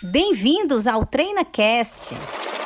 Bem-vindos ao TreinaCast.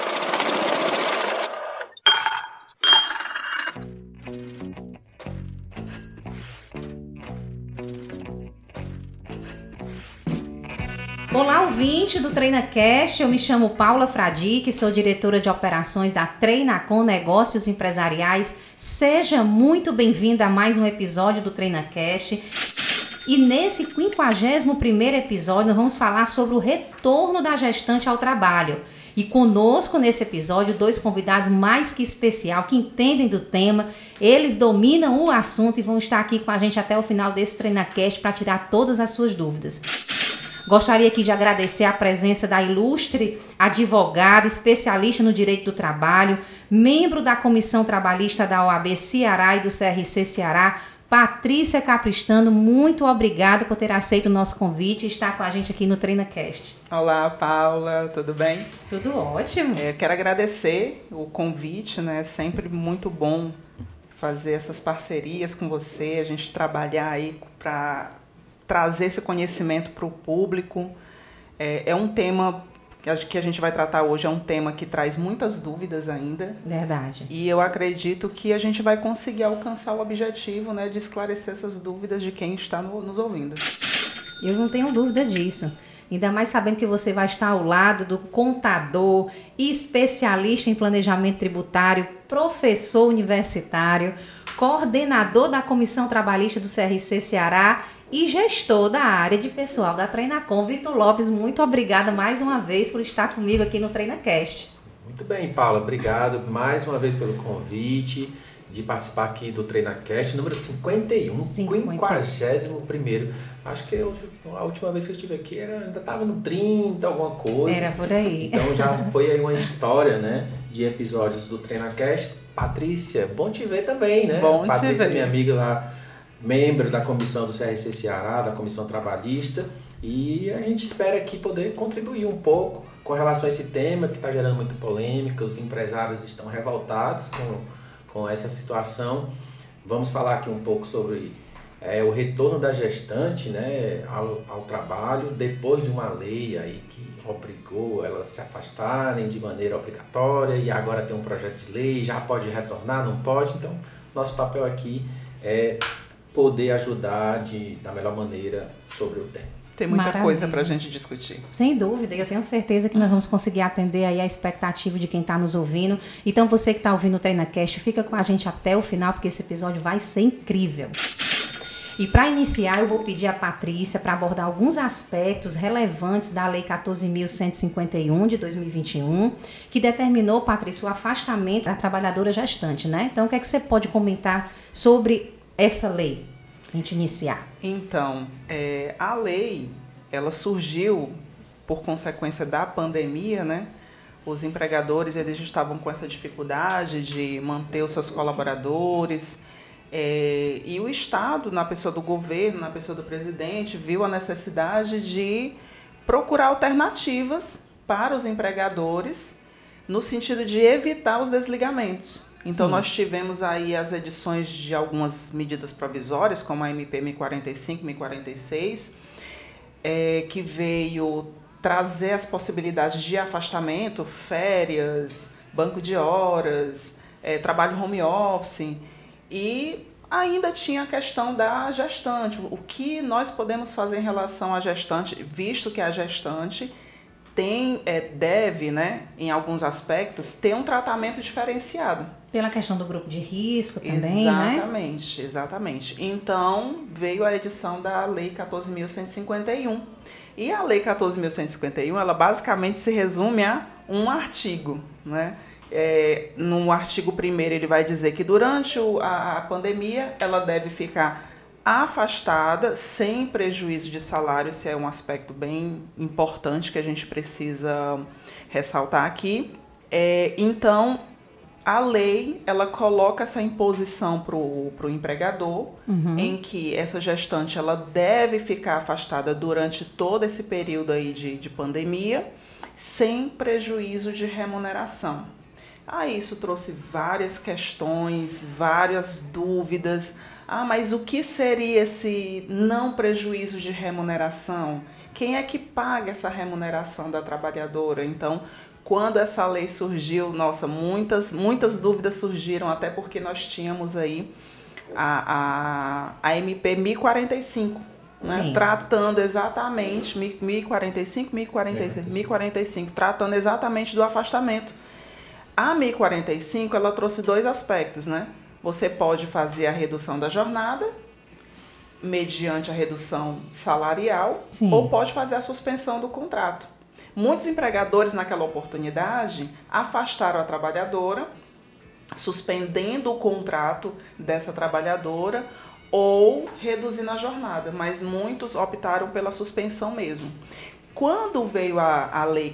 Olá, ouvinte do TreinaCast, eu me chamo Paula Fradique, sou diretora de operações da Treinacom Negócios Empresariais. Seja muito bem-vinda a mais um episódio do TreinaCast. E nesse 51º episódio nós vamos falar sobre o retorno da gestante ao trabalho. E conosco nesse episódio 2 convidados mais que especial, que entendem do tema, eles dominam o assunto e vão estar aqui com a gente até o final desse TreinaCast para tirar todas as suas dúvidas. Gostaria aqui de agradecer a presença da ilustre advogada, especialista no direito do trabalho, membro da Comissão Trabalhista da OAB Ceará e do CRC Ceará, Patrícia Capristano. Muito obrigada por ter aceito o nosso convite e estar com a gente aqui no TreinaCast. Olá, Paula, tudo bem? Tudo ótimo. Quero agradecer o convite, né? É sempre muito bom fazer essas parcerias com você, a gente trabalhar aí para trazer esse conhecimento para o público. É um tema que a gente vai tratar hoje, é um tema que traz muitas dúvidas ainda. Verdade. E eu acredito que a gente vai conseguir alcançar o objetivo, né, de esclarecer essas dúvidas de quem está nos ouvindo. Eu não tenho dúvida disso. Ainda mais sabendo que você vai estar ao lado do contador, especialista em planejamento tributário, professor universitário, coordenador da Comissão Trabalhista do CRC Ceará e gestor da área de pessoal da Treinacom. Vitor Lopes, muito obrigada mais uma vez por estar comigo aqui no TreinaCast. Muito bem, Paula, obrigado mais uma vez pelo convite de participar aqui do TreinaCast, número 51º. Acho que a última vez que eu estive aqui ainda estava no 30, alguma coisa. Era por aí. Então já foi aí uma história, né, de episódios do TreinaCast. Patrícia, bom te ver também, né? Bom Patrícia, te ver. Minha amiga lá, membro da comissão do CRC Ceará, da comissão trabalhista, e a gente espera aqui poder contribuir um pouco com relação a esse tema que está gerando muita polêmica. Os empresários estão revoltados com essa situação. Vamos falar aqui um pouco sobre o retorno da gestante, né, ao trabalho, depois de uma lei aí que obrigou elas a se afastarem de maneira obrigatória, e agora tem um projeto de lei, já pode retornar, não pode. Então, nosso papel aqui é poder ajudar da melhor maneira sobre o tema. Tem muita Maravilha. coisa para a gente discutir. Sem dúvida, eu tenho certeza que nós vamos conseguir atender aí a expectativa de quem está nos ouvindo. Então você que está ouvindo o TreinaCast, fica com a gente até o final, porque esse episódio vai ser incrível. E para iniciar, eu vou pedir a Patrícia para abordar alguns aspectos relevantes da Lei 14.151 de 2021, que determinou, Patrícia, o afastamento da trabalhadora gestante, né? Então, o que é que você pode comentar sobre essa lei, a gente iniciar? Então, a lei, ela surgiu por consequência da pandemia, né? Os empregadores, eles estavam com essa dificuldade de manter os seus colaboradores, e o Estado, na pessoa do governo, na pessoa do presidente, viu a necessidade de procurar alternativas para os empregadores no sentido de evitar os desligamentos. Então, nós tivemos aí as edições de algumas medidas provisórias, como a MP 1045, 1046, que veio trazer as possibilidades de afastamento, férias, banco de horas, trabalho home office, e ainda tinha a questão da gestante. O que nós podemos fazer em relação à gestante, visto que a gestante deve, né, em alguns aspectos, ter um tratamento diferenciado. Pela questão do grupo de risco também, exatamente, né? Exatamente. Então, veio a edição da Lei 14.151. E a Lei 14.151, ela basicamente se resume a um artigo, né? No artigo 1º, ele vai dizer que durante a pandemia, ela deve ficar afastada, sem prejuízo de salário. Esse é um aspecto bem importante que a gente precisa ressaltar aqui. Então, a lei, ela coloca essa imposição para o empregador, em que essa gestante ela deve ficar afastada durante todo esse período aí de pandemia, sem prejuízo de remuneração. Isso trouxe várias questões, várias dúvidas. Mas o que seria esse não prejuízo de remuneração? quem é que paga essa remuneração da trabalhadora? Então, quando essa lei surgiu, nossa, muitas dúvidas surgiram, até porque nós tínhamos aí a MP 1045, né? Tratando exatamente, 1045, tratando exatamente do afastamento. A 1045, ela trouxe 2 aspectos, né? Você pode fazer a redução da jornada, mediante a redução salarial, ou pode fazer a suspensão do contrato. Muitos empregadores, naquela oportunidade, afastaram a trabalhadora, suspendendo o contrato dessa trabalhadora ou reduzindo a jornada, mas muitos optaram pela suspensão mesmo. Quando veio a Lei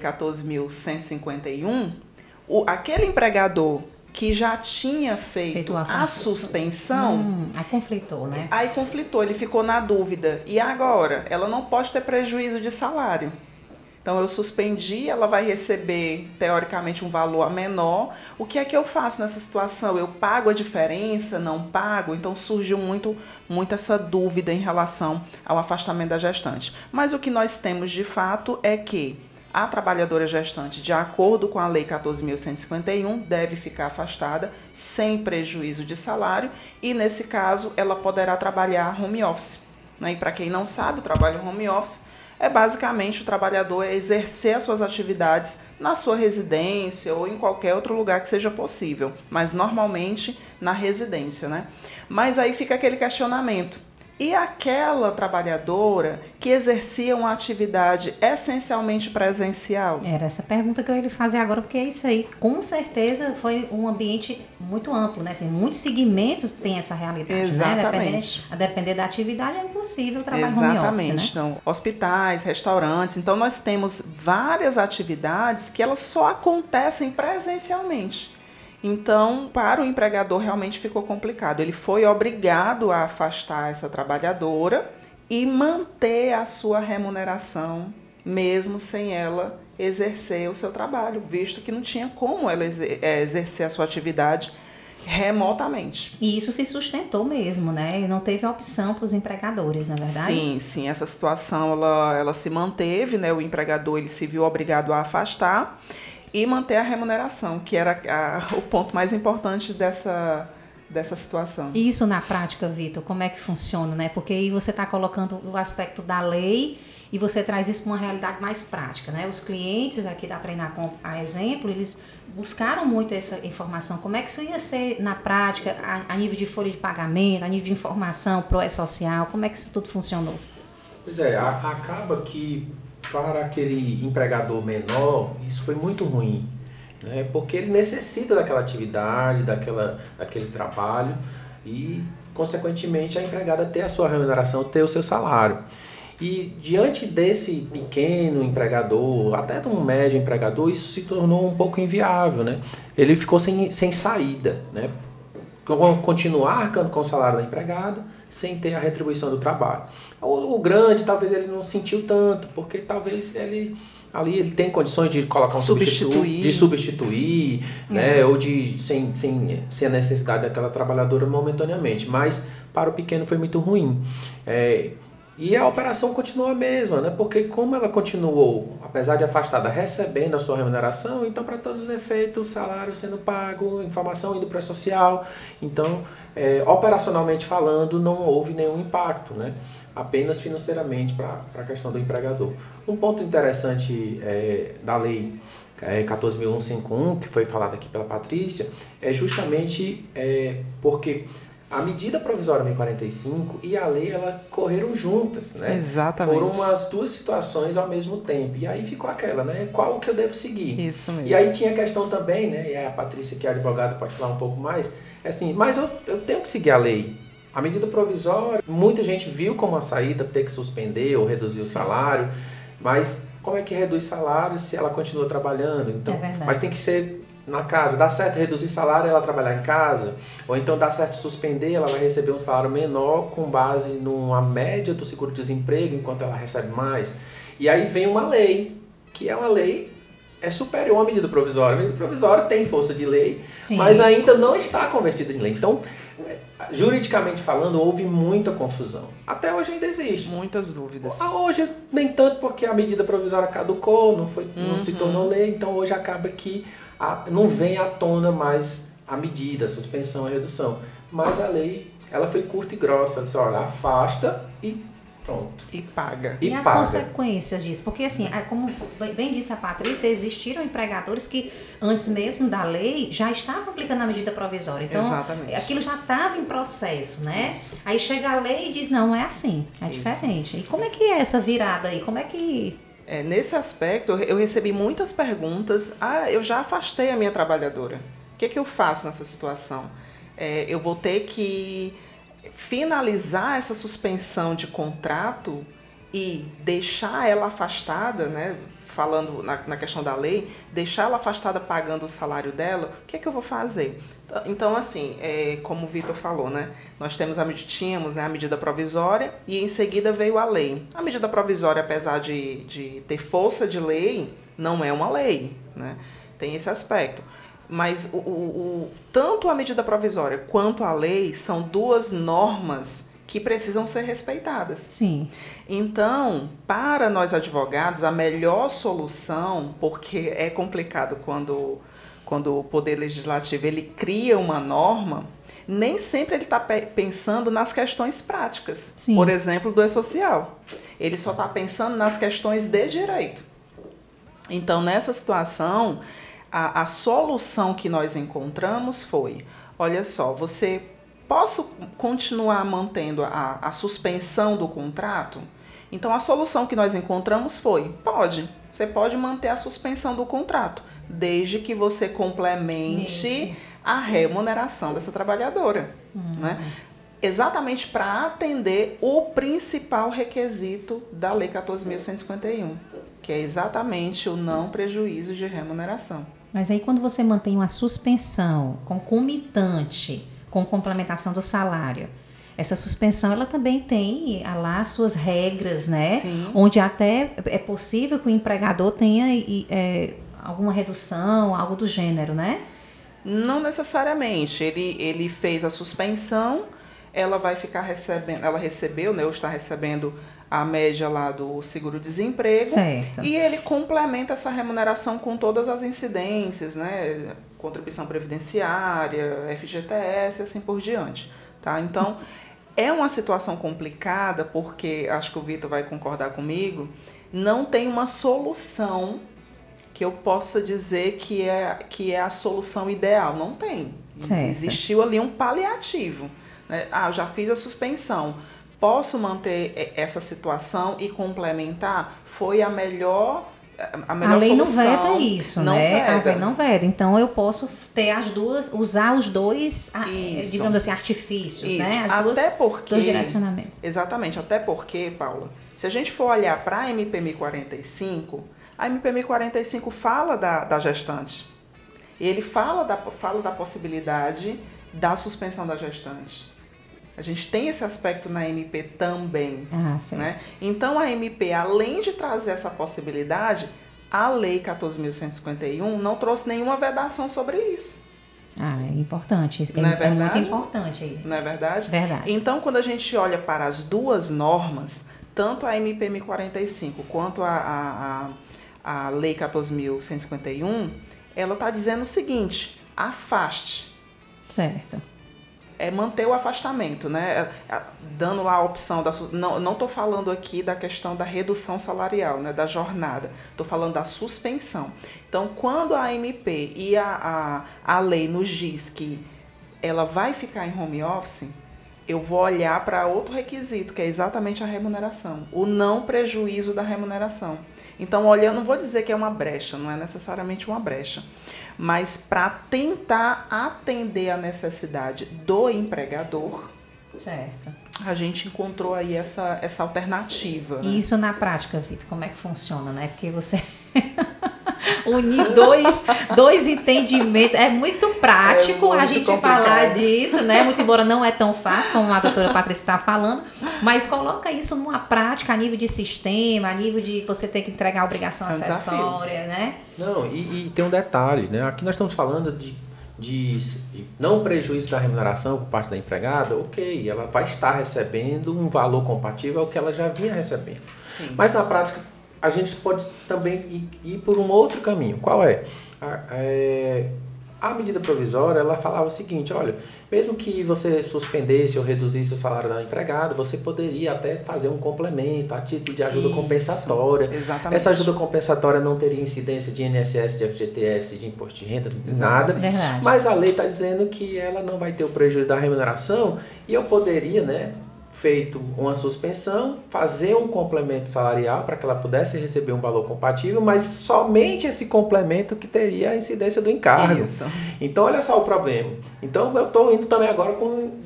14.151, aquele empregador que já tinha feito a suspensão... Aí conflitou, né? Aí conflitou, ele ficou na dúvida. E agora? Ela não pode ter prejuízo de salário. Então, eu suspendi, ela vai receber, teoricamente, um valor menor. O que é que eu faço nessa situação? Eu pago a diferença? Não pago? Então, surgiu muito essa dúvida em relação ao afastamento da gestante. Mas o que nós temos, de fato, é que a trabalhadora gestante, de acordo com a Lei 14.151, deve ficar afastada sem prejuízo de salário e, nesse caso, ela poderá trabalhar home office. Né? E, para quem não sabe, o trabalho home office é basicamente o trabalhador exercer as suas atividades na sua residência ou em qualquer outro lugar que seja possível, mas normalmente na residência, né? Mas aí fica aquele questionamento. E aquela trabalhadora que exercia uma atividade essencialmente presencial? Era essa pergunta que eu ia lhe fazer agora, porque isso aí, com certeza, foi um ambiente muito amplo, né? Assim, muitos segmentos têm essa realidade, exatamente, né? A depender da atividade, é impossível trabalhar exatamente, home office, né? Então, hospitais, restaurantes, então nós temos várias atividades que elas só acontecem presencialmente. Então, para o empregador realmente ficou complicado. Ele foi obrigado a afastar essa trabalhadora e manter a sua remuneração, mesmo sem ela exercer o seu trabalho, visto que não tinha como ela exercer a sua atividade remotamente. E isso se sustentou mesmo, né? E não teve opção para os empregadores, na verdade? Sim, essa situação ela se manteve, né? O empregador ele se viu obrigado a afastar e manter a remuneração, que era o ponto mais importante dessa situação. E isso na prática, Vitor, como é que funciona, né? Porque aí você está colocando o aspecto da lei e você traz isso para uma realidade mais prática, né? Os clientes aqui da Treinacom, a exemplo, eles buscaram muito essa informação. Como é que isso ia ser na prática, a nível de folha de pagamento, a nível de informação pro E-Social? Como é que isso tudo funcionou? Pois é, acaba que para aquele empregador menor, isso foi muito ruim, né? Porque ele necessita daquela atividade, daquele trabalho e, consequentemente, a empregada ter a sua remuneração, ter o seu salário. E, diante desse pequeno empregador, até de um médio empregador, isso se tornou um pouco inviável, né? Ele ficou sem saída, né? Continuar arcando com o salário da empregada, sem ter a retribuição do trabalho. O grande, talvez ele não sentiu tanto, porque talvez ele tem condições de colocar um substituir, né, ou sem a necessidade daquela trabalhadora momentaneamente. Mas para o pequeno foi muito ruim. E a operação continua a mesma, né? Porque como ela continuou, apesar de afastada, recebendo a sua remuneração, então para todos os efeitos, o salário sendo pago, informação indo para o social, então operacionalmente falando não houve nenhum impacto, né? Apenas financeiramente para a questão do empregador. Um ponto interessante da lei 14.151, que foi falado aqui pela Patrícia, é justamente porque a medida provisória 1045 e a lei, ela correram juntas, né? Exatamente. Foram umas duas situações ao mesmo tempo. E aí ficou aquela, né? Qual que eu devo seguir? Isso mesmo. E aí tinha a questão também, né? E a Patrícia, que é advogada, pode falar um pouco mais. Assim, mas eu tenho que seguir a lei. A medida provisória, muita gente viu como a saída ter que suspender ou reduzir o salário. Mas como é que reduz salário se ela continua trabalhando? Então, mas tem que ser na casa, dá certo reduzir salário e ela trabalhar em casa, ou então dá certo suspender, ela vai receber um salário menor com base numa média do seguro-desemprego, enquanto ela recebe mais. E aí vem uma lei, que é uma lei superior à medida provisória. A medida provisória tem força de lei, sim, mas ainda não está convertida em lei. Então, Juridicamente falando, houve muita confusão. Até hoje ainda existe. Muitas dúvidas. Hoje nem tanto, porque a medida provisória caducou, não se tornou lei, então hoje acaba que não vem à tona mais a medida, a suspensão, a redução. Mas a lei, ela foi curta e grossa. Ela disse, olha, afasta e pronto. E paga. E as consequências disso? Porque, assim, como bem disse a Patrícia, existiram empregadores que, antes mesmo da lei, já estavam aplicando a medida provisória. Então, exatamente, aquilo já estava em processo, né? Isso. Aí chega a lei e diz, não, é assim, é Isso. diferente. E como é que é essa virada aí? Como é que... Nesse aspecto, eu recebi muitas perguntas. Eu já afastei a minha trabalhadora. O que eu faço nessa situação? Eu vou ter que finalizar essa suspensão de contrato e deixar ela afastada, né? Falando na questão da lei, deixar ela afastada pagando o salário dela, o que eu vou fazer? Então, assim, como o Vitor falou, né? Nós tínhamos, né, a medida provisória e em seguida veio a lei. A medida provisória, apesar de ter força de lei, não é uma lei, né? Tem esse aspecto. Mas tanto a medida provisória quanto a lei são duas normas que precisam ser respeitadas. Sim. Então, para nós advogados, a melhor solução, porque é complicado quando o Poder Legislativo ele cria uma norma, nem sempre ele está pensando nas questões práticas. Sim. Por exemplo, do E-Social. Ele só está pensando nas questões de direito. Então, nessa situação, a solução que nós encontramos foi, olha só, posso continuar mantendo a suspensão do contrato? Então, a solução que nós encontramos foi, você pode manter a suspensão do contrato, desde que você complemente a remuneração dessa trabalhadora, né? Exatamente para atender o principal requisito da Lei 14.151, que é exatamente o não prejuízo de remuneração. Mas aí quando você mantém uma suspensão concomitante com complementação do salário, essa suspensão ela também tem lá suas regras, né? Sim. Onde até é possível que o empregador tenha alguma redução, algo do gênero, né? Não necessariamente. Ele fez a suspensão, ela vai ficar recebendo, ela recebeu, né, ou está recebendo a média lá do seguro-desemprego. Certo. E ele complementa essa remuneração com todas as incidências, né? Contribuição previdenciária, FGTS e assim por diante. Tá? Então, é uma situação complicada porque, acho que o Vitor vai concordar comigo, não tem uma solução que eu possa dizer que é a solução ideal. Não tem. Certo. Existiu ali um paliativo, né? Eu já fiz a suspensão. Posso manter essa situação e complementar? Foi a melhor lei solução. Não veda isso, não né? Veda. A lei não veda. Então, eu posso ter as duas, usar os dois, digamos assim, artifícios, isso. né? Dois direcionamentos. Exatamente. Até porque, Paula, se a gente for olhar para a MP 1045, a MP 1045 fala da gestante. Ele fala da possibilidade da suspensão da gestante. A gente tem esse aspecto na MP também. Né? Então, a MP, além de trazer essa possibilidade, a Lei 14.151 não trouxe nenhuma vedação sobre isso. É importante. Não é verdade? Muito importante. Não é verdade? Verdade. Então, quando a gente olha para as duas normas, tanto a MP 1045 quanto a Lei 14.151, ela está dizendo o seguinte, afaste. Certo. É manter o afastamento, né? Dando a opção não estou falando aqui da questão da redução salarial, né? Da jornada, estou falando da suspensão. Então, quando a MP e a lei nos diz que ela vai ficar em home office, eu vou olhar para outro requisito, que é exatamente a remuneração, o não prejuízo da remuneração. Então, olhando, não vou dizer que é uma brecha, não é necessariamente uma brecha, mas para tentar atender a necessidade do empregador, certo, a gente encontrou aí essa alternativa. E né? isso na prática, Vitor, como é que funciona, né? Porque você unir dois entendimentos, é muito prático a gente complicado. Falar disso, né? Muito embora não é tão fácil como a doutora Patrícia está falando, mas coloca isso numa prática a nível de sistema, a nível de você ter que entregar a obrigação acessória, né? Não, e tem um detalhe, né? Aqui nós estamos falando de de não prejuízo da remuneração por parte da empregada, ok, ela vai estar recebendo um valor compatível ao que ela já vinha recebendo. Sim. Mas na prática, a gente pode também ir por um outro caminho. Qual é? A medida provisória, ela falava o seguinte, olha, mesmo que você suspendesse ou reduzisse o salário da empregada, você poderia até fazer um complemento a título de ajuda compensatória. Exatamente. Essa ajuda compensatória não teria incidência de INSS, de FGTS, de imposto de renda, nada. Verdade. Mas a lei está dizendo que ela não vai ter o prejuízo da remuneração e eu poderia, né, feito uma suspensão, fazer um complemento salarial para que ela pudesse receber um valor compatível, mas somente esse complemento que teria a incidência do encargo. Isso. Então, olha só o problema. Então, eu estou indo também agora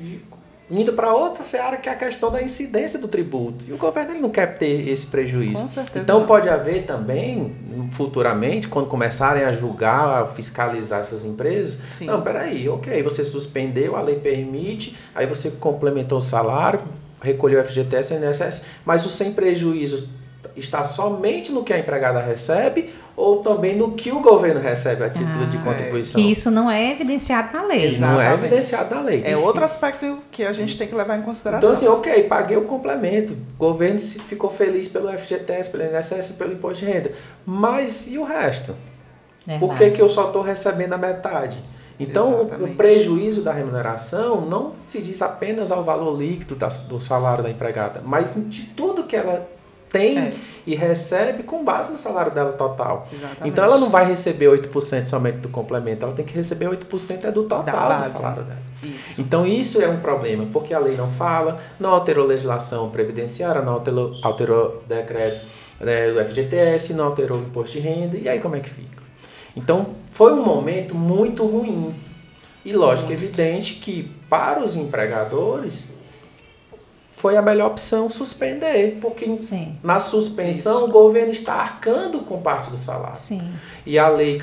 indo para outra seara, que é a questão da incidência do tributo. E o governo ele não quer ter esse prejuízo. Com certeza. Então, não. pode haver também, futuramente, quando começarem a julgar, a fiscalizar essas empresas, Sim. não, peraí, ok, você suspendeu, a lei permite, aí você complementou o salário, recolheu o FGTS e o INSS, mas o sem prejuízo está somente no que a empregada recebe ou também no que o governo recebe a título de contribuição. Que isso não é evidenciado na lei. E não é evidenciado na lei. É outro aspecto que a gente tem que levar em consideração. Então, assim, ok, paguei o complemento. O governo ficou feliz pelo FGTS, pelo INSS, pelo imposto de renda. Mas e o resto? Verdade. Por que eu só estou recebendo a metade? Então, Exatamente. o prejuízo da remuneração não se diz apenas ao valor líquido do salário da empregada, mas de tudo que ela tem e recebe com base no salário dela total. Exatamente. Então, ela não vai receber 8% somente do complemento, ela tem que receber 8% do total do salário dela. Isso. Então, isso é um problema, porque a lei não fala, não alterou legislação previdenciária, não alterou decreto do FGTS, não alterou o imposto de renda, e aí como é que fica? Então, foi um momento muito ruim. E lógico, evidente que para os empregadores foi a melhor opção suspender, porque na suspensão o governo está arcando com parte do salário. Sim. E a lei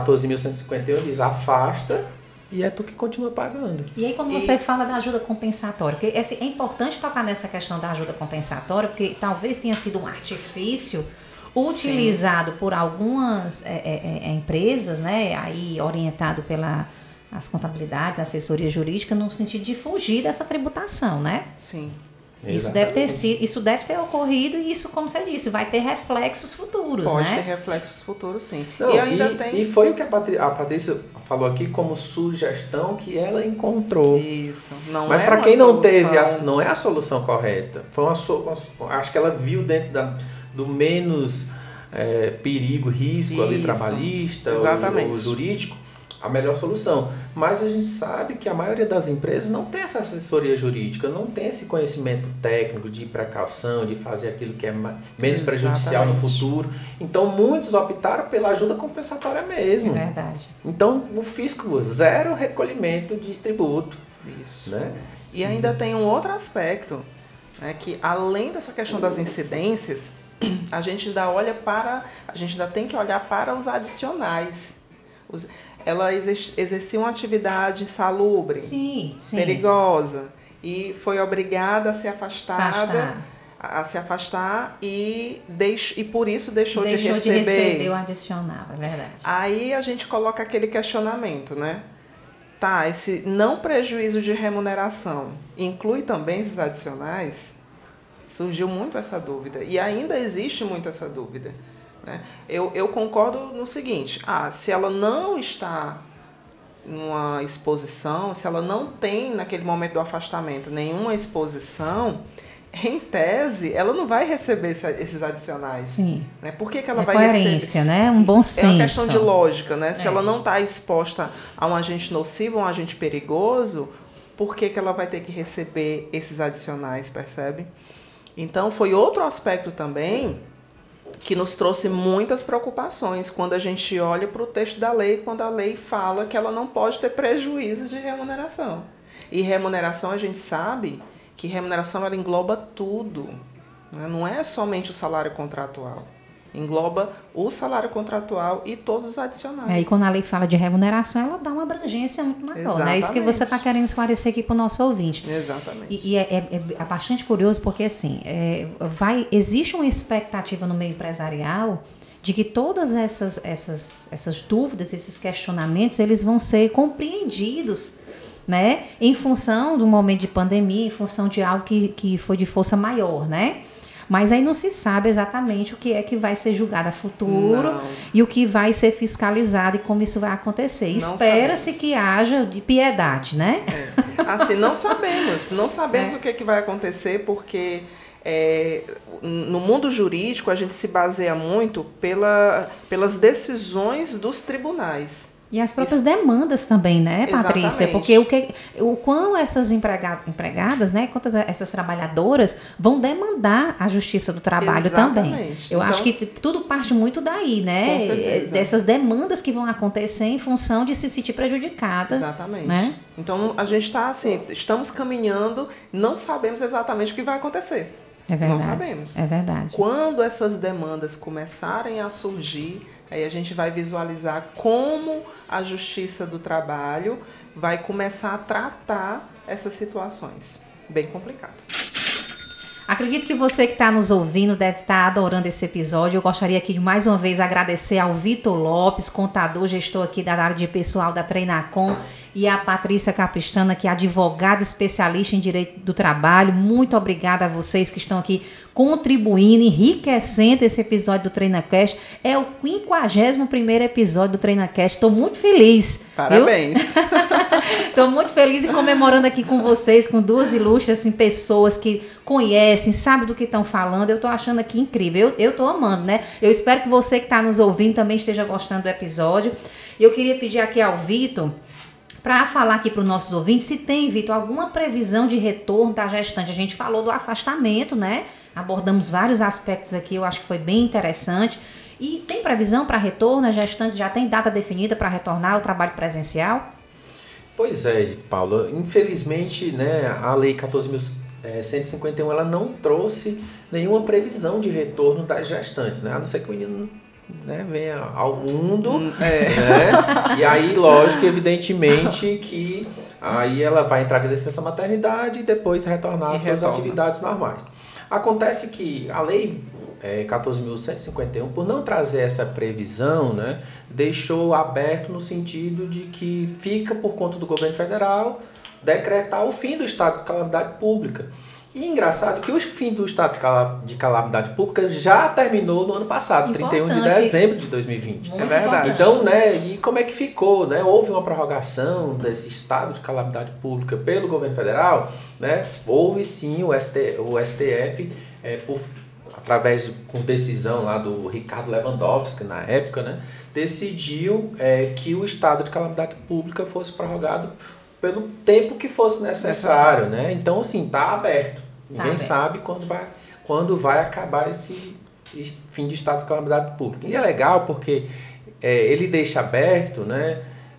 14.151 diz, afasta e é tu que continua pagando. E aí quando você fala da ajuda compensatória, porque é importante tocar nessa questão da ajuda compensatória, porque talvez tenha sido um artifício utilizado por algumas empresas, né, aí orientado pelas contabilidades, assessoria jurídica, no sentido de fugir dessa tributação, né? Sim. Isso deve ter ocorrido e isso, como você disse, vai ter reflexos futuros, Pode né? ter reflexos futuros, sim. Não, e ainda tem... E foi o que a Patrícia falou aqui como sugestão que ela encontrou. Isso. Não Mas é para uma quem não solução. teve, não é a solução correta. Foi acho que ela viu dentro do menos perigo, risco ali trabalhista ou jurídico, a melhor solução. Mas a gente sabe que a maioria das empresas não tem essa assessoria jurídica, não tem esse conhecimento técnico de precaução, de fazer aquilo que é menos prejudicial no futuro. Então, muitos optaram pela ajuda compensatória mesmo. É verdade. Então, o fisco, zero recolhimento de tributo. Isso. Né? E ainda tem um outro aspecto, né, que além dessa questão das incidências, a gente ainda tem que olhar para os adicionais. Ela exercia uma atividade insalubre, perigosa, e foi obrigada a se afastar e por isso deixou de receber o adicional, é verdade. Aí a gente coloca aquele questionamento, né? Tá, esse não prejuízo de remuneração inclui também esses adicionais? Surgiu muito essa dúvida e ainda existe muito essa dúvida. Né? Eu concordo no seguinte, se ela não está numa exposição, se ela não tem naquele momento do afastamento nenhuma exposição, em tese, ela não vai receber esses adicionais. Sim. Né? Por que ela vai coerência, receber? Né? Um bom senso. É uma questão de lógica, né? Se ela não está exposta a um agente nocivo, a um agente perigoso, por que ela vai ter que receber esses adicionais, percebe? Então, foi outro aspecto também que nos trouxe muitas preocupações quando a gente olha para o texto da lei, quando a lei fala que ela não pode ter prejuízo de remuneração. E remuneração, a gente sabe que remuneração ela engloba tudo, né? Não é somente o salário contratual. Engloba o salário contratual e todos os adicionais. E quando a lei fala de remuneração, ela dá uma abrangência muito maior. Exatamente. Né? É isso que você está querendo esclarecer aqui para o nosso ouvinte. Exatamente. E é bastante curioso porque, assim, existe uma expectativa no meio empresarial de que todas essas dúvidas, esses questionamentos, eles vão ser compreendidos, né? Em função do momento de pandemia, em função de algo que foi de força maior, né? Mas aí não se sabe exatamente o que é que vai ser julgado a futuro e o que vai ser fiscalizado e como isso vai acontecer. Espera-se que haja de piedade, né? Assim, não sabemos o que é que vai acontecer, porque no mundo jurídico a gente se baseia muito pelas decisões dos tribunais. E as próprias demandas também, né, Patrícia? Exatamente. Porque o quão essas empregadas, né, quantas essas trabalhadoras vão demandar a Justiça do Trabalho também. Eu acho que tudo parte muito daí, né? Com certeza. Dessas demandas que vão acontecer em função de se sentir prejudicada. Exatamente. Né? Então, a gente está assim, estamos caminhando, não sabemos exatamente o que vai acontecer. É verdade. Não sabemos. É verdade. Quando essas demandas começarem a surgir, aí a gente vai visualizar como a Justiça do Trabalho vai começar a tratar essas situações. Bem complicado. Acredito que você que está nos ouvindo deve estar adorando esse episódio. Eu gostaria aqui de mais uma vez agradecer ao Vitor Lopes, contador, gestor aqui da área de pessoal da Treinacom, e a Patrícia Capistrana, que é advogada especialista em direito do trabalho. Muito obrigada a vocês que estão aqui contribuindo, enriquecendo esse episódio do TreinaCast. É o 51º episódio do TreinaCast. Estou muito feliz. Parabéns. Estou muito feliz e comemorando aqui com vocês, com duas ilustres assim, pessoas que conhecem, sabem do que estão falando. Eu estou achando aqui incrível. Eu estou amando, né? Eu espero que você que está nos ouvindo também esteja gostando do episódio. Eu queria pedir aqui ao Vitor para falar aqui para os nossos ouvintes se tem, Vitor, alguma previsão de retorno da gestante. A gente falou do afastamento, né? Abordamos vários aspectos aqui, eu acho que foi bem interessante. E tem previsão para retorno? A gestante já tem data definida para retornar ao trabalho presencial? Pois é, Paulo. Infelizmente, né, a Lei 14.151 ela não trouxe nenhuma previsão de retorno das gestantes, né? A não ser que o menino, né, venha ao mundo, né? E aí, lógico, evidentemente que aí ela vai entrar de licença maternidade e depois retornar às suas atividades normais. Acontece que a Lei 14.151, por não trazer essa previsão, né, deixou aberto no sentido de que fica por conta do governo federal decretar o fim do estado de calamidade pública. E engraçado que o fim do estado de calamidade pública já terminou no ano passado, 31 de dezembro de 2020. É verdade. Então, né, e como é que ficou, né? Houve uma prorrogação desse estado de calamidade pública pelo governo federal, né? Houve sim o STF, através com decisão lá do Ricardo Lewandowski, na época, né, decidiu que o estado de calamidade pública fosse prorrogado pelo tempo que fosse necessário, né? Então, assim, está aberto. Ninguém sabe quando vai acabar esse fim de estado de calamidade pública. E é legal porque ele deixa aberto, né?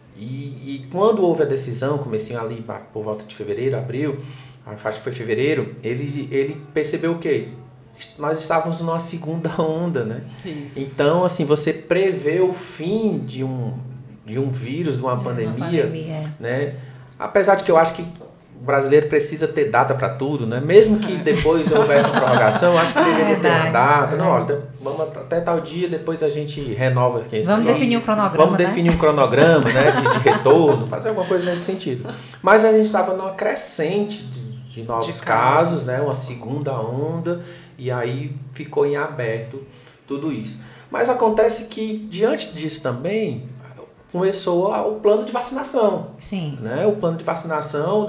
E quando houve a decisão, comecinho ali por volta de fevereiro, abril, acho que foi fevereiro, ele percebeu o quê? Nós estávamos numa segunda onda, né? Isso. Então, assim, você prevê o fim de um vírus, de uma pandemia, né? Apesar de que eu acho que o brasileiro precisa ter data para tudo, né? Mesmo que depois houvesse uma prorrogação, eu acho que deveria ter uma data. Não, olha, vamos até tal dia, depois a gente renova. Vamos definir um cronograma, Vamos definir um cronograma, né? De retorno, fazer alguma coisa nesse sentido. Mas a gente estava numa crescente de novos casos, né? Uma segunda onda, e aí ficou em aberto tudo isso. Mas acontece que, diante disso também, começou o plano de vacinação. Sim. Né? O plano de vacinação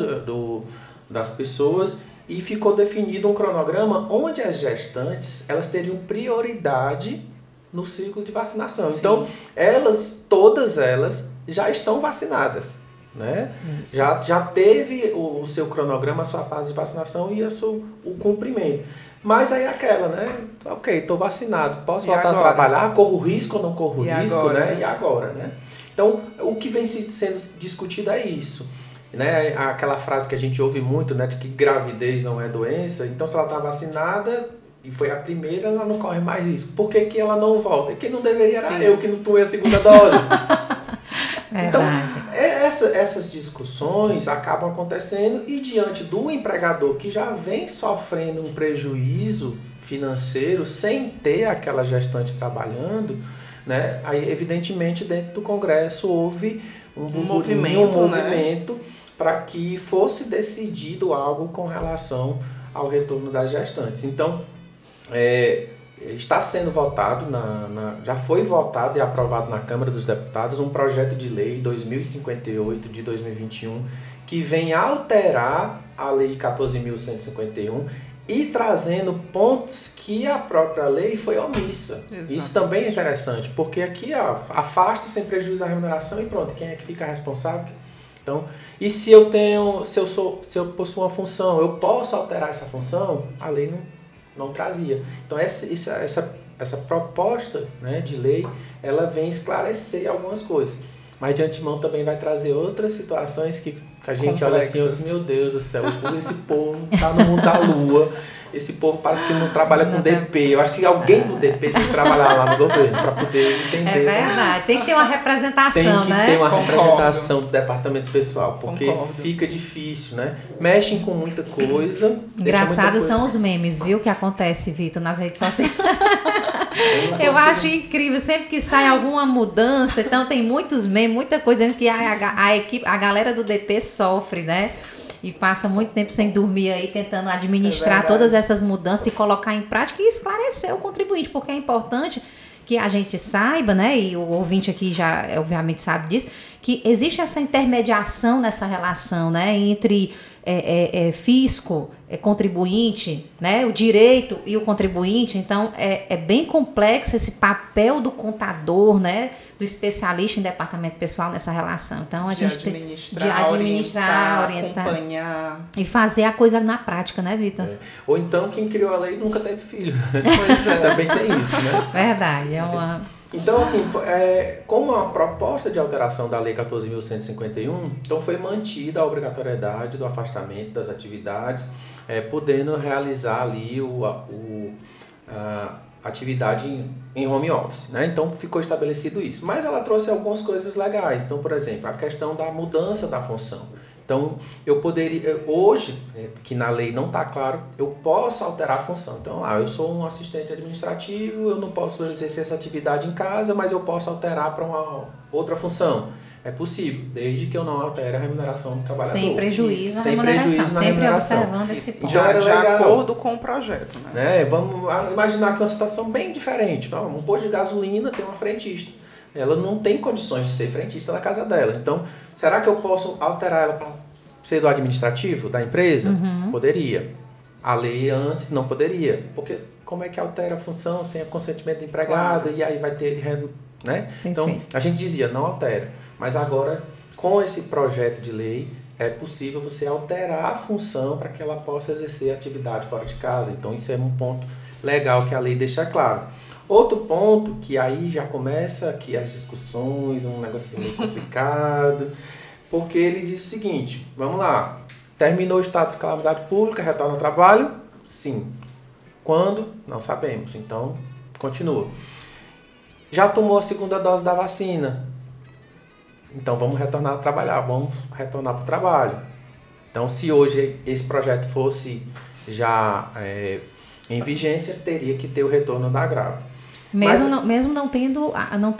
das pessoas, e ficou definido um cronograma onde as gestantes elas teriam prioridade no ciclo de vacinação. Sim. Então, todas elas já estão vacinadas. Né? Já teve o seu cronograma, a sua fase de vacinação e o cumprimento. Mas aí aquela, né? Ok, estou vacinado, posso voltar a trabalhar? Corro risco ou não corro risco? Agora? Né? E agora, né? Então, o que vem sendo discutido é isso. Né? Aquela frase que a gente ouve muito, né? De que gravidez não é doença. Então, se ela está vacinada e foi a primeira, ela não corre mais risco. Por que que ela não volta? É que não deveria era eu que não tomei a segunda dose. Então, essas discussões acabam acontecendo e diante do empregador que já vem sofrendo um prejuízo financeiro sem ter aquela gestante trabalhando, né? Aí, evidentemente, dentro do Congresso houve um movimento para que fosse decidido algo com relação ao retorno das gestantes. Então, está sendo votado, já foi votado e aprovado na Câmara dos Deputados um projeto de lei 2058 de 2021 que vem alterar a Lei 14.151 e trazendo pontos que a própria lei foi omissa. Exato. Isso também é interessante, porque aqui afasta sem prejuízo da remuneração e pronto, quem é que fica responsável? Então, e se eu possuo uma função, eu posso alterar essa função? A lei não trazia. Então, essa proposta, né, de lei, ela vem esclarecer algumas coisas. Mas de antemão também vai trazer outras situações que a gente complexas. Olha assim, meu Deus do céu, esse povo tá no mundo da lua, esse povo parece que não trabalha com DP. Eu acho que alguém do DP tem que trabalhar lá no governo para poder entender. É verdade, tem que ter uma representação, né? Tem que ter uma representação do departamento pessoal, porque fica difícil, né? Mexem com muita coisa. Engraçados são os memes, viu, que acontece, Vitor, nas redes sociais. Eu acho incrível, sempre que sai alguma mudança, então tem muitos memes, muita coisa dizendo que a galera do DP sofre, né? E passa muito tempo sem dormir aí, tentando administrar todas essas mudanças e colocar em prática e esclarecer o contribuinte, porque é importante que a gente saiba, né? E o ouvinte aqui já, obviamente, sabe disso, que existe essa intermediação nessa relação, né? Entre fisco, contribuinte, né? O direito e o contribuinte. Então, é bem complexo esse papel do contador, né? Do especialista em departamento pessoal nessa relação. Então, a gente tem de administrar, orientar, acompanhar. E fazer a coisa na prática, né, Vitor? Ou então, quem criou a lei nunca teve filho. Pois também tem isso, né? Verdade. Então, assim, como a proposta de alteração da Lei 14.151, então foi mantida a obrigatoriedade do afastamento das atividades, podendo realizar ali a atividade em home office, né? Então ficou estabelecido isso. Mas ela trouxe algumas coisas legais. Então, por exemplo, a questão da mudança da função. Então, eu poderia, hoje, que na lei não está claro, eu posso alterar a função. Então, eu sou um assistente administrativo, eu não posso exercer essa atividade em casa, mas eu posso alterar para uma outra função. É possível, desde que eu não altere a remuneração do trabalhador. Sem prejuízo na remuneração. Sempre observando esse ponto. Então, de acordo com o projeto, né? Vamos imaginar que é uma situação bem diferente. Então, um posto de gasolina tem uma frentista. Ela não tem condições de ser frentista da casa dela. Então, será que eu posso alterar ela para ser do administrativo da empresa? Uhum. Poderia. A lei antes não poderia. Porque como é que altera a função sem o consentimento do empregado? Claro. E aí vai ter... né? Então, a gente dizia, não altera. Mas agora, com esse projeto de lei, é possível você alterar a função para que ela possa exercer atividade fora de casa. Então, isso é um ponto legal que a lei deixa claro. Outro ponto, que aí já começa aqui as discussões, um negócio meio complicado, porque ele diz o seguinte, vamos lá, terminou o estado de calamidade pública, retorna ao trabalho? Sim. Quando? Não sabemos, então continua. Já tomou a segunda dose da vacina? Então vamos retornar a trabalhar, vamos retornar para o trabalho. Então se hoje esse projeto fosse já em vigência, teria que ter o retorno da grávida. Mesmo não tendo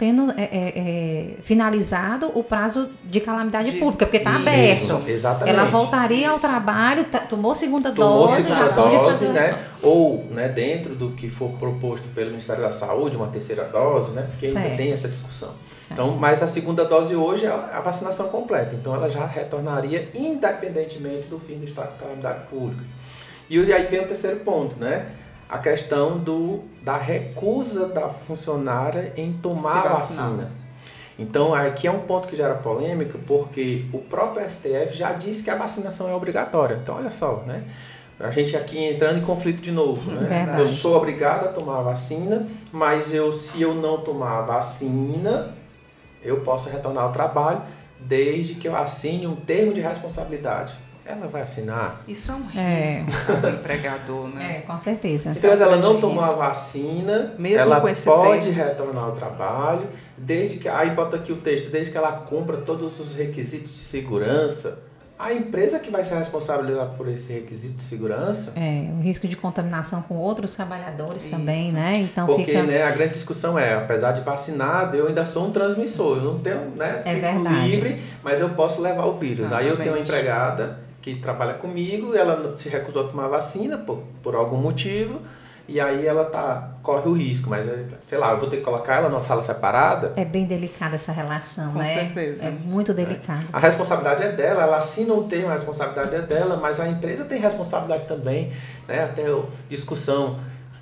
finalizado o prazo de calamidade pública, porque está aberto. Exatamente. Ela voltaria ao trabalho, tomou segunda dose, pode fazer, né? Ou, né, dentro do que for proposto pelo Ministério da Saúde, uma terceira dose, né? Porque ainda tem essa discussão. Então, mas a segunda dose hoje é a vacinação completa. Então, ela já retornaria independentemente do fim do estado de calamidade pública. E aí vem o terceiro ponto, né? A questão da recusa da funcionária em tomar a vacina. Então, aqui é um ponto que gera polêmica, porque o próprio STF já disse que a vacinação é obrigatória. Então, olha só, né? A gente aqui entrando em conflito de novo, né? Eu sou obrigado a tomar a vacina, mas se eu não tomar a vacina, eu posso retornar ao trabalho desde que eu assine um termo de responsabilidade. ela vai assinar? Isso é um risco para o empregador, né? Com certeza. Então, se ela não tomou a vacina, mesmo ela com esse pode termo, retornar ao trabalho, desde que, aí bota aqui o texto, desde que ela cumpra todos os requisitos de segurança. A empresa que vai ser responsabilizada por esse requisito de segurança. O risco de contaminação com outros trabalhadores Isso. também, né? Então porque, fica... né, a grande discussão é, apesar de vacinado, eu ainda sou um transmissor. Eu não tenho, né, fico verdade. livre, mas eu posso levar o vírus. Exatamente. Aí eu tenho uma empregada que trabalha comigo, ela se recusou a tomar a vacina por algum motivo, e aí ela corre o risco, mas, sei lá, eu vou ter que colocar ela numa sala separada. É bem delicada essa relação, com né? certeza. É muito delicado. A responsabilidade é dela, ela assina um termo, a responsabilidade é dela, mas a empresa tem responsabilidade também, né? Até discussão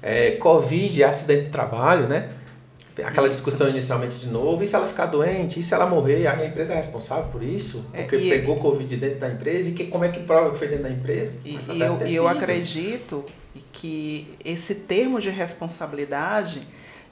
Covid, acidente de trabalho, né? Aquela discussão inicialmente de novo, e se ela ficar doente, e se ela morrer, aí a empresa é responsável por isso? Porque pegou Covid dentro da empresa, e como é que prova que foi dentro da empresa? E eu acredito que esse termo de responsabilidade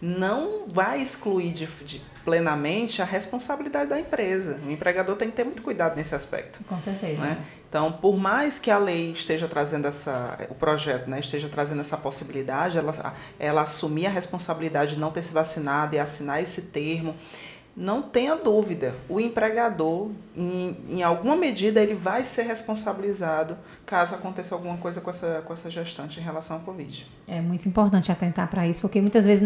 não vai excluir plenamente a responsabilidade da empresa. O empregador tem que ter muito cuidado nesse aspecto. Com certeza. Né? Então, por mais que a lei esteja trazendo o projeto, né, esteja trazendo essa possibilidade, ela assumir a responsabilidade de não ter se vacinado e assinar esse termo, não tenha dúvida, o empregador, em alguma medida, ele vai ser responsabilizado caso aconteça alguma coisa com essa gestante em relação ao Covid. É muito importante atentar para isso, porque muitas vezes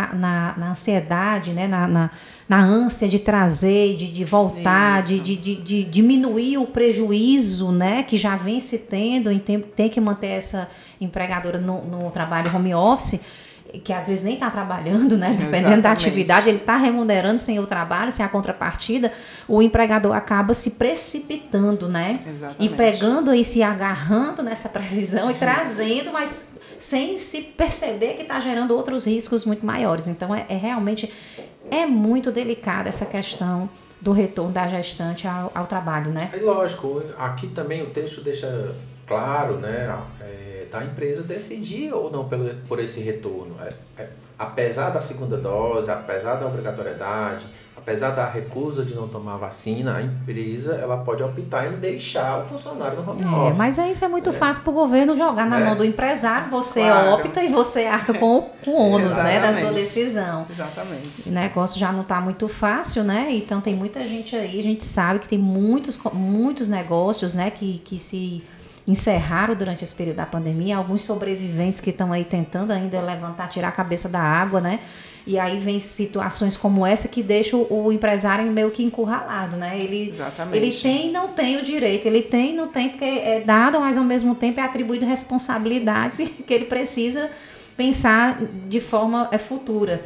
na ansiedade, né, na ânsia de trazer, de voltar, de diminuir o prejuízo, né, que já vem se tendo, tem que manter essa empregadora no trabalho home office, que às vezes nem está trabalhando, né? Dependendo Exatamente. da atividade, ele está remunerando sem o trabalho, sem a contrapartida, o empregador acaba se precipitando, né? Exatamente. E pegando e se agarrando nessa previsão e trazendo, mas sem se perceber que está gerando outros riscos muito maiores. Então, realmente muito delicada essa questão do retorno da gestante ao trabalho, né? É lógico, aqui também o texto deixa claro, né, da empresa decidir ou não por esse retorno. Apesar da segunda dose, apesar da obrigatoriedade, apesar da recusa de não tomar vacina, a empresa ela pode optar em deixar o funcionário no home office. Mas isso é muito fácil para o governo jogar na mão do empresário, você opta e você arca com o ônus, né, da sua decisão. Exatamente. O negócio já não está muito fácil, né? Então tem muita gente aí, a gente sabe que tem muitos negócios, né, que se encerraram durante esse período da pandemia, alguns sobreviventes que estão aí tentando ainda tirar a cabeça da água, né? E aí vem situações como essa que deixam o empresário meio que encurralado, né? Ele tem e não tem o direito, ele tem e não tem porque é dado, mas ao mesmo tempo é atribuído responsabilidades que ele precisa pensar de forma futura.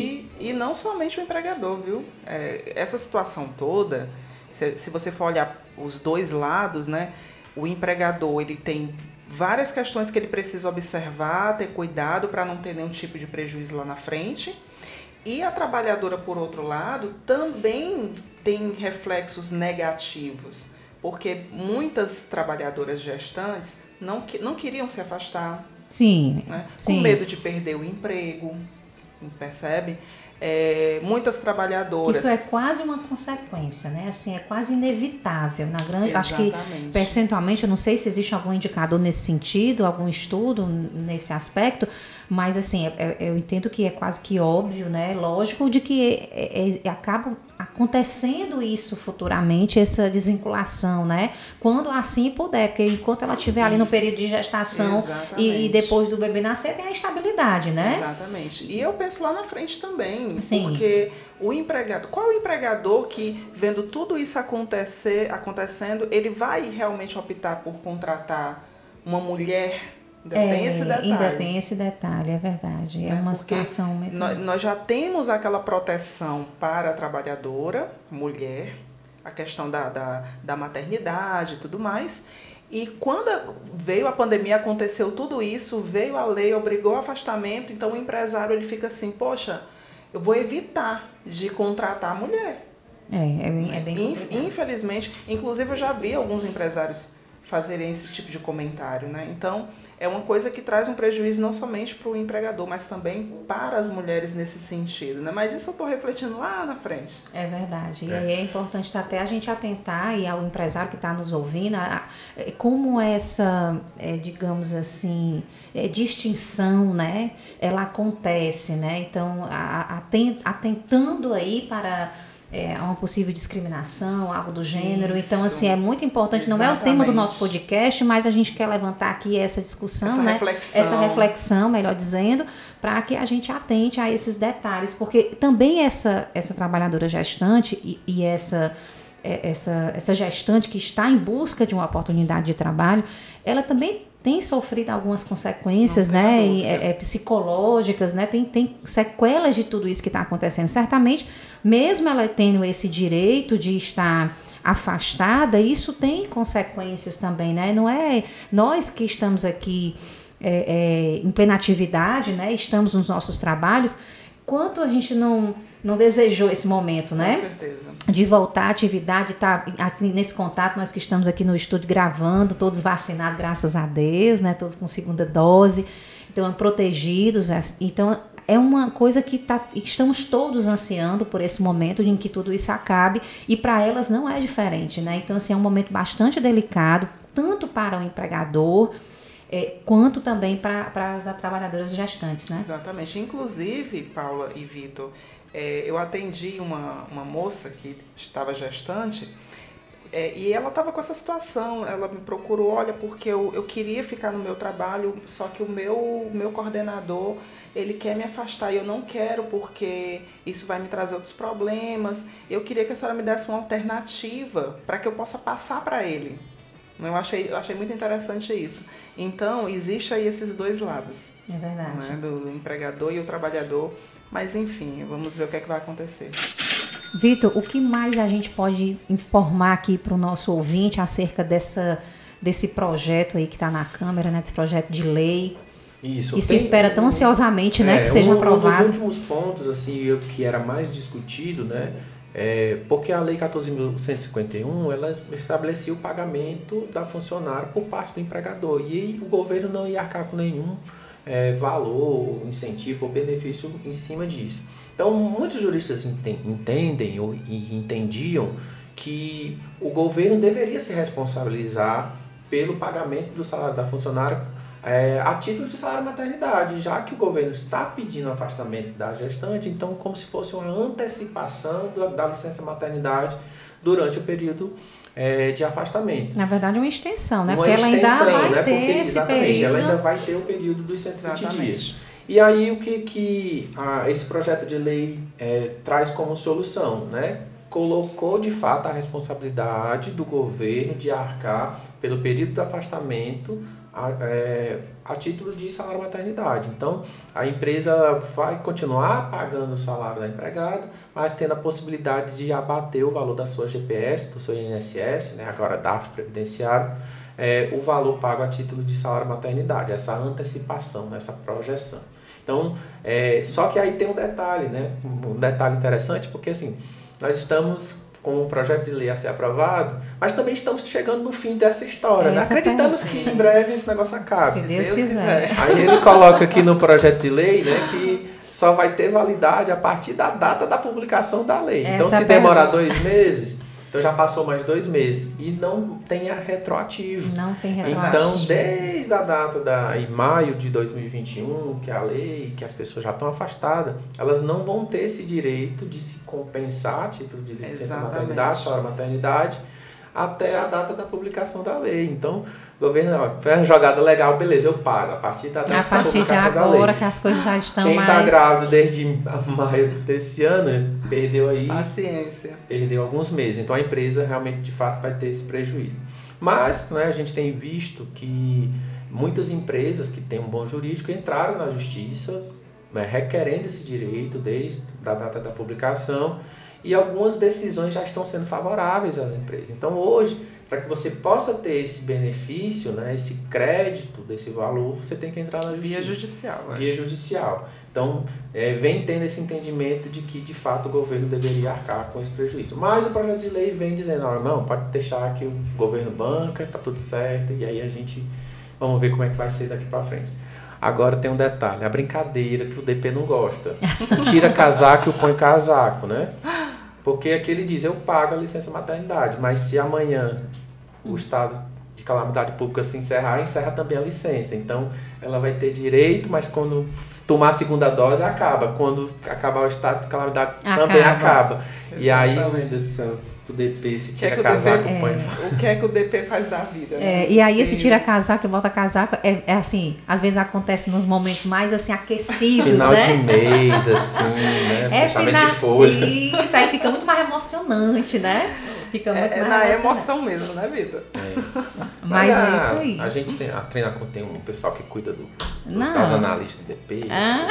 E não somente o empregador, viu? Essa situação toda, se você for olhar os dois lados, né? O empregador, ele tem várias questões que ele precisa observar, ter cuidado para não ter nenhum tipo de prejuízo lá na frente. E a trabalhadora, por outro lado, também tem reflexos negativos, porque muitas trabalhadoras gestantes não queriam se afastar. Sim, né? sim. Com medo de perder o emprego, percebe? Muitas trabalhadoras... Isso é quase uma consequência, né? Assim, é quase inevitável. Acho que percentualmente, eu não sei se existe algum indicador nesse sentido, algum estudo nesse aspecto, mas assim, eu entendo que é quase que óbvio, né? Lógico de que acaba acontecendo isso futuramente, essa desvinculação, né? Quando assim puder, porque enquanto ela estiver ali no período de gestação e depois do bebê nascer, tem a estabilidade, né? Exatamente. E eu penso lá na frente também, Sim. porque o empregador, qual é o empregador que, vendo tudo isso acontecendo, ele vai realmente optar por contratar uma mulher? Ainda tem esse detalhe, é verdade. É uma situação... Nós já temos aquela proteção para a trabalhadora, mulher, a questão da maternidade e tudo mais. E quando veio a pandemia, aconteceu tudo isso, veio a lei, obrigou o afastamento, então o empresário ele fica assim, poxa, eu vou evitar de contratar a mulher. É bem complicado. Infelizmente, inclusive eu já vi alguns empresários fazerem esse tipo de comentário, né? Então, é uma coisa que traz um prejuízo não somente para o empregador, mas também para as mulheres nesse sentido, né? Mas isso eu estou refletindo lá na frente. É verdade. E aí é importante até a gente atentar, e ao empresário que está nos ouvindo, como essa, digamos assim, distinção, né? Ela acontece, né? Então, atentando aí para... uma possível discriminação, algo do gênero. Isso. Então, assim, é muito importante. Exatamente. Não é o tema do nosso podcast, mas a gente quer levantar aqui essa discussão, essa né? Reflexão. Essa reflexão, melhor dizendo, para que a gente atente a esses detalhes, porque também essa trabalhadora gestante e essa gestante que está em busca de uma oportunidade de trabalho, ela também tem sofrido algumas consequências, né, psicológicas, né, tem sequelas de tudo isso que está acontecendo. Certamente, mesmo ela tendo esse direito de estar afastada, isso tem consequências também, né? Não é nós que estamos aqui em plena atividade, né, estamos nos nossos trabalhos, quanto a gente não desejou esse momento, né? Com certeza. De voltar à atividade, tá nesse contato, nós que estamos aqui no estúdio gravando, todos vacinados, graças a Deus, né? Todos com segunda dose, então protegidos. Então, é uma coisa que estamos todos ansiando por esse momento em que tudo isso acabe, e para elas não é diferente, né? Então, assim, é um momento bastante delicado, tanto para o empregador, quanto também para as trabalhadoras gestantes, né? Exatamente. Inclusive, Paula e Vitor, eu atendi uma moça que estava gestante, e ela estava com essa situação. Ela me procurou, olha, porque eu queria ficar no meu trabalho, só que o meu coordenador, ele quer me afastar, e eu não quero porque isso vai me trazer outros problemas. Eu queria que a senhora me desse uma alternativa para que eu possa passar para ele. Eu achei muito interessante isso. Então, existe aí esses dois lados. É verdade. Né, do empregador e o trabalhador. Mas, enfim, vamos ver o que é que vai acontecer. Vitor, o que mais a gente pode informar aqui para o nosso ouvinte acerca desse projeto aí que está na Câmara, né, desse projeto de lei? Isso. Que se espera tão ansiosamente, né, que seja aprovado. Um dos últimos pontos, assim, que era mais discutido, né, porque a Lei 14.151, ela estabelecia o pagamento da funcionária por parte do empregador, e o governo não ia arcar com nenhum valor, incentivo ou benefício em cima disso. Então, muitos juristas entendem e entendiam que o governo deveria se responsabilizar pelo pagamento do salário da funcionária a título de salário maternidade, já que o governo está pedindo afastamento da gestante, então como se fosse uma antecipação da licença maternidade durante o período de afastamento. Na verdade, uma extensão, né? Porque ela ainda vai ter esse período. Ela ainda vai ter o período dos 120 dias. E aí, o que esse projeto de lei traz como solução, né? Colocou, de fato, a responsabilidade do governo de arcar pelo período de afastamento a título de salário maternidade. Então, a empresa vai continuar pagando o salário da empregada, mas tendo a possibilidade de abater o valor da sua GPS, do seu INSS, né, agora DARF previdenciário, o valor pago a título de salário maternidade, essa antecipação, essa projeção. Então, só que aí tem um detalhe, né? Um detalhe interessante, porque assim, nós estamos com um projeto de lei a ser aprovado, mas também estamos chegando no fim dessa história. Né? Acreditamos que em breve esse negócio acabe. Se Deus quiser. Aí ele coloca aqui no projeto de lei, né, que só vai ter validade a partir da data da publicação da lei. Então, se demorar 2 meses, então já passou mais 2 meses. E não tem retroativo. Não tem retroativo. Então, desde a data em maio de 2021, que é a lei, que as pessoas já estão afastadas, elas não vão ter esse direito de se compensar a título de licença maternidade, salário maternidade, até a data da publicação da lei. Então, o governo, foi uma jogada legal, beleza, eu pago. A partir da data da publicação da lei. A partir de agora, que as coisas já estão Quem está grávido desde maio desse ano, perdeu aí... Paciência. Perdeu alguns meses. Então, a empresa realmente, de fato, vai ter esse prejuízo. Mas, né, a gente tem visto que muitas empresas que têm um bom jurídico entraram na justiça, né, requerendo esse direito desde a data da publicação, e algumas decisões já estão sendo favoráveis às empresas. Então, hoje, para que você possa ter esse benefício, né, esse crédito desse valor, você tem que entrar na justiça. Via judicial. Via judicial. Então, vem tendo esse entendimento de que, de fato, o governo deveria arcar com esse prejuízo. Mas o projeto de lei vem dizendo, não, pode deixar que o governo banca, tá tudo certo, e aí a gente, vamos ver como é que vai ser daqui para frente. Agora tem um detalhe, a brincadeira que o DP não gosta. Tira casaco e põe casaco, né? Porque aqui ele diz, eu pago a licença maternidade, mas se amanhã o estado de calamidade pública se encerra também a licença. Então, ela vai ter direito, mas quando tomar a segunda dose, acaba. Quando acabar o estado de calamidade, também acaba. E aí, meu Deus do céu, o DP se tira casaco, põe... O que é que o DP faz da vida, né? E aí esse tira casaco e bota casaco, é assim, às vezes acontece nos momentos mais assim, aquecidos, final né? de mês, assim, né? Fechamento de folha. Isso aí fica muito mais emocionante, né? Fica muito mais na emoção mesmo, né, Vitor? Mas é isso aí. A gente tem, a Treinacom tem um pessoal que cuida das analistas do DP.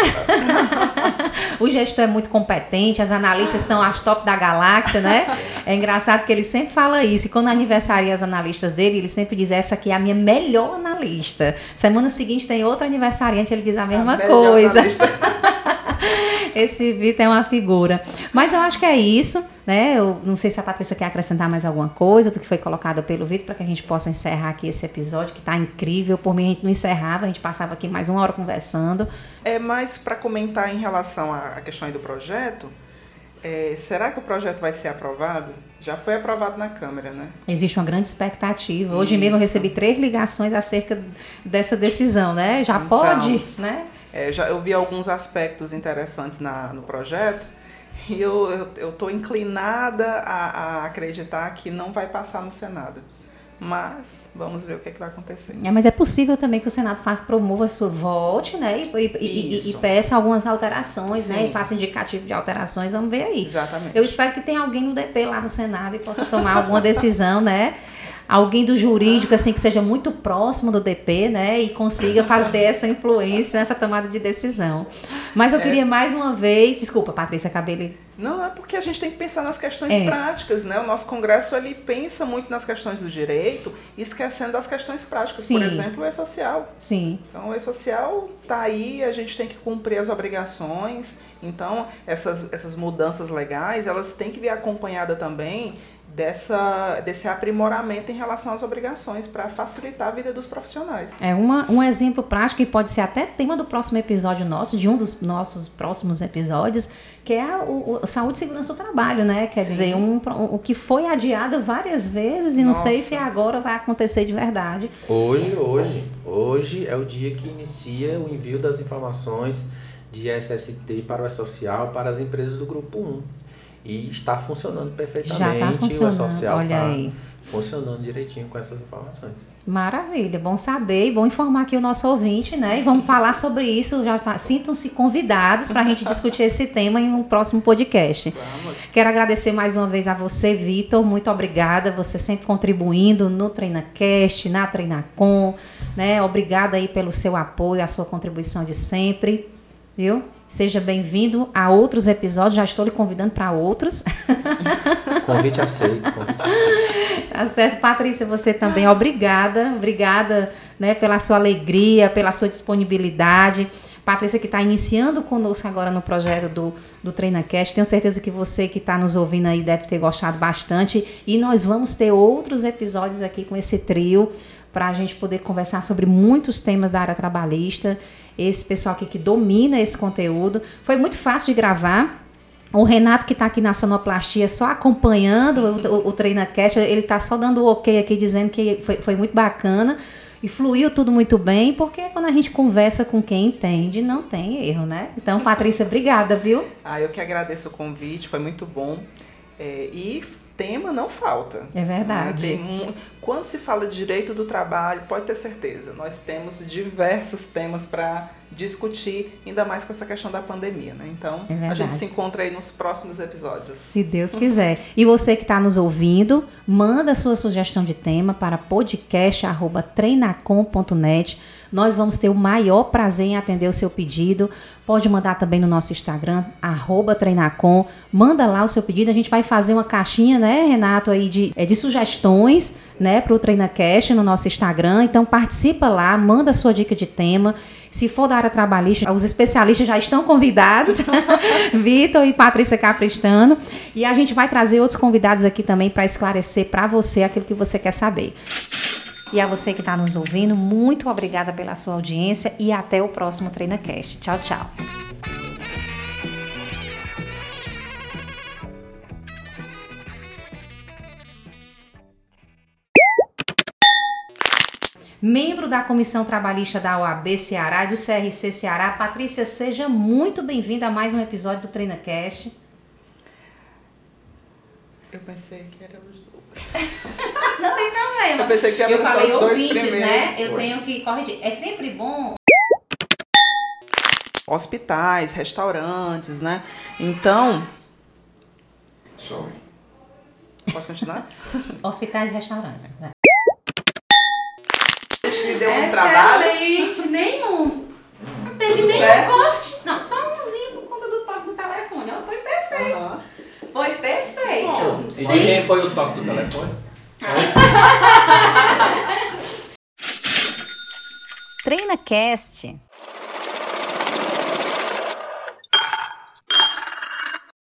O gestor é muito competente, as analistas são as top da galáxia, né? É engraçado que ele sempre fala isso. E quando aniversaria as analistas dele, ele sempre diz, essa aqui é a minha melhor analista. Semana seguinte tem outra aniversariante, ele diz a mesma coisa. Esse Vitor é uma figura. Mas eu acho que é isso, né? Eu não sei se a Patrícia quer acrescentar mais alguma coisa do que foi colocado pelo Vitor, para que a gente possa encerrar aqui esse episódio, que está incrível. Por mim, a gente não encerrava, a gente passava aqui mais 1 hora conversando. Mas para comentar em relação à questão aí do projeto, será que o projeto vai ser aprovado? Já foi aprovado na Câmara, né? Existe uma grande expectativa. Hoje mesmo eu recebi 3 ligações acerca dessa decisão, né? Já então, pode, né? Eu vi alguns aspectos interessantes no projeto e eu estou inclinada a acreditar que não vai passar no Senado. Mas vamos ver o que vai acontecer. Mas é possível também que o Senado promova sua volte, né? E peça algumas alterações, sim, né? E faça indicativo de alterações. Vamos ver aí. Exatamente. Eu espero que tenha alguém no DP lá no Senado e possa tomar alguma decisão, né? Alguém do jurídico, assim, que seja muito próximo do DP, né? E consiga fazer essa influência nessa tomada de decisão. Mas eu queria mais uma vez... Desculpa, Patrícia, acabei... Não, é porque a gente tem que pensar nas questões práticas, né? O nosso Congresso, ele pensa muito nas questões do direito, esquecendo das questões práticas. Sim. Por exemplo, o E-Social. Sim. Então, o E-Social está aí, a gente tem que cumprir as obrigações. Então, essas mudanças legais, elas têm que vir acompanhada também desse aprimoramento em relação às obrigações para facilitar a vida dos profissionais. Um exemplo prático, e pode ser até tema do próximo episódio nosso, de um dos nossos próximos episódios, que é o Saúde e Segurança do Trabalho, né? Quer Sim. dizer, o que foi adiado várias vezes e não sei se agora vai acontecer de verdade. Hoje é o dia que inicia o envio das informações de SST para o E-Social para as empresas do Grupo 1. E está funcionando perfeitamente. Já está funcionando, o E-Social está funcionando direitinho com essas informações. Maravilha, bom saber e bom informar aqui o nosso ouvinte, né? E vamos falar sobre isso, sintam-se convidados para a gente discutir esse tema em um próximo podcast. Vamos. Quero agradecer mais uma vez a você, Vitor, muito obrigada, você sempre contribuindo no TreinaCast, na Treinacom, né? Obrigada aí pelo seu apoio, a sua contribuição de sempre, viu? Seja bem-vindo a outros episódios, já estou lhe convidando para outros. Convite aceito. Tá certo, Patrícia, você também, obrigada, né, pela sua alegria, pela sua disponibilidade. Patrícia, que está iniciando conosco agora no projeto do TreinaCast, tenho certeza que você que está nos ouvindo aí deve ter gostado bastante, e nós vamos ter outros episódios aqui com esse trio, para a gente poder conversar sobre muitos temas da área trabalhista, esse pessoal aqui que domina esse conteúdo. Foi muito fácil de gravar. O Renato, que está aqui na sonoplastia, só acompanhando o TreinaCast, ele está só dando o ok aqui, dizendo que foi muito bacana e fluiu tudo muito bem, porque quando a gente conversa com quem entende, não tem erro, né? Então, Patrícia, obrigada, viu? Eu que agradeço o convite, foi muito bom. E tema não falta. É verdade. Quando se fala de direito do trabalho, pode ter certeza, nós temos diversos temas para discutir, ainda mais com essa questão da pandemia, né? Então, a gente se encontra aí nos próximos episódios. Se Deus quiser. E você que está nos ouvindo, manda a sua sugestão de tema para podcast@treinacom.net. Nós vamos ter o maior prazer em atender o seu pedido. pode mandar também no nosso Instagram, @treinacom. Manda lá o seu pedido. A gente vai fazer uma caixinha, né, Renato, aí de sugestões, né, para o TreinaCast no nosso Instagram. Então participa lá, manda a sua dica de tema. Se for da área trabalhista, os especialistas já estão convidados, Vitor e Patrícia Capristano. E a gente vai trazer outros convidados aqui também para esclarecer para você aquilo que você quer saber. E a você que está nos ouvindo, muito obrigada pela sua audiência e até o próximo TreinaCast. Tchau, tchau. Membro da Comissão Trabalhista da OAB Ceará e do CRC Ceará, Patrícia, seja muito bem-vinda a mais um episódio do TreinaCast. Eu pensei que era os dois. Não tem problema. Eu pensei que era Eu falei os dois ouvintes, primeiros. né? Eu tenho que corrigir. É sempre bom. Hospitais, restaurantes, né? Então... Sorry. Posso continuar? Hospitais e restaurantes, né? Me deu um trabalho. Excelente, nenhum. Não teve Tudo nenhum certo? corte. Não, só umzinho por conta do toque do telefone. Ela foi perfeito. Uhum. Foi perfeito. Bom, e de Sim. quem foi o toque do telefone? TreinaCast.